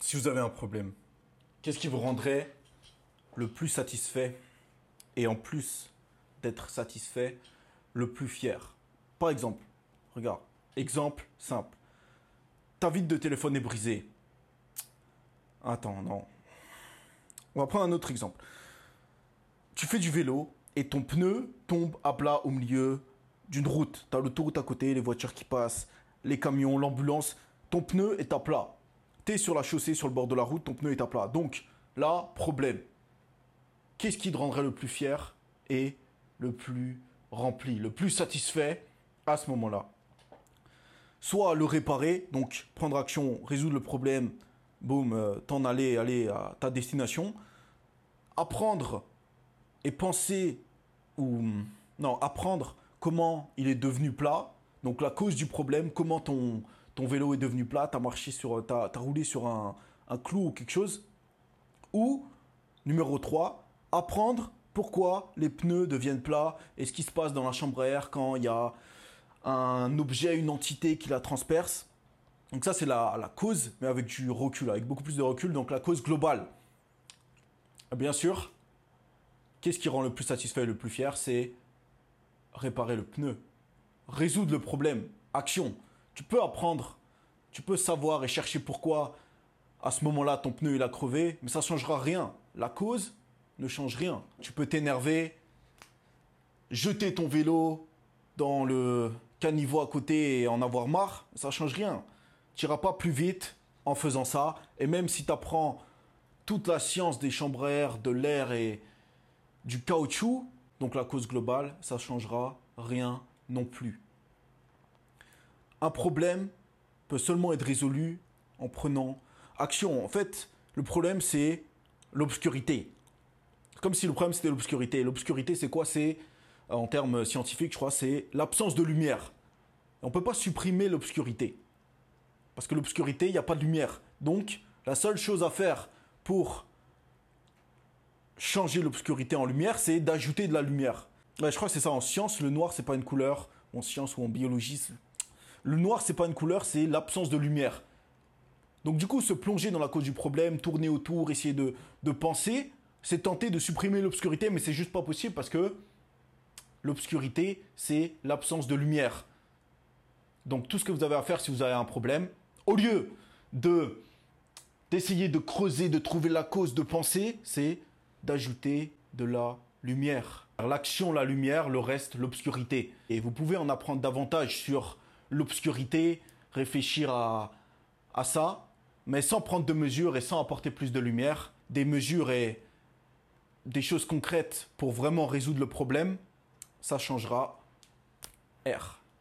Si vous avez un problème, qu'est-ce qui vous rendrait le plus satisfait et en plus d'être satisfait, le plus fier? Par exemple, regarde, exemple simple. Ta vitre de téléphone est brisée. Attends, non. On va prendre un autre exemple. Tu fais du vélo et ton pneu tombe à plat au milieu d'une route. Tu as l'autoroute à côté, les voitures qui passent, les camions, l'ambulance. Ton pneu est à plat. Tu es sur la chaussée, sur le bord de la route, ton pneu est à plat. Donc là, problème. Qu'est-ce qui te rendrait le plus fier et le plus rempli, le plus satisfait à ce moment-là? Soit le réparer, donc prendre action, résoudre le problème, boum, t'en aller à ta destination. Apprendre et penser, ou non, apprendre comment il est devenu plat, donc la cause du problème, comment ton vélo est devenu plat, t'as roulé sur un clou ou quelque chose. Ou, numéro 3, apprendre pourquoi les pneus deviennent plats et ce qui se passe dans la chambre à air quand il y a un objet, une entité qui la transperce. Donc ça, c'est la cause, mais avec du recul, avec beaucoup plus de recul. Donc la cause globale. Bien sûr, qu'est-ce qui rend le plus satisfait et le plus fier? C'est réparer le pneu, résoudre le problème, action. Tu peux apprendre, tu peux savoir et chercher pourquoi à ce moment-là ton pneu il a crevé, mais ça ne changera rien. La cause ne change rien. Tu peux t'énerver, jeter ton vélo dans le caniveau à côté et en avoir marre, ça ne change rien. Tu n'iras pas plus vite en faisant ça. Et même si tu apprends toute la science des chambres à air, de l'air et du caoutchouc, donc la cause globale, ça ne changera rien non plus. Un problème peut seulement être résolu en prenant action. En fait, le problème, c'est l'obscurité. Comme si le problème, c'était l'obscurité. L'obscurité, c'est quoi? C'est, en termes scientifiques, je crois, c'est l'absence de lumière. On ne peut pas supprimer l'obscurité. Parce que l'obscurité, il n'y a pas de lumière. Donc, la seule chose à faire pour changer l'obscurité en lumière, c'est d'ajouter de la lumière. Ouais, je crois que c'est ça. En science, le noir, c'est pas une couleur. En science ou en biologie, le noir, c'est pas une couleur, c'est l'absence de lumière. Donc du coup, se plonger dans la cause du problème, tourner autour, essayer de penser, c'est tenter de supprimer l'obscurité, mais c'est juste pas possible parce que l'obscurité, c'est l'absence de lumière. Donc tout ce que vous avez à faire si vous avez un problème, au lieu d'essayer de creuser, de trouver la cause, de penser, c'est d'ajouter de la lumière. L'action, la lumière, le reste, l'obscurité. Et vous pouvez en apprendre davantage sur l'obscurité, réfléchir à ça, mais sans prendre de mesures et sans apporter plus de lumière, des mesures et des choses concrètes pour vraiment résoudre le problème, ça changera R.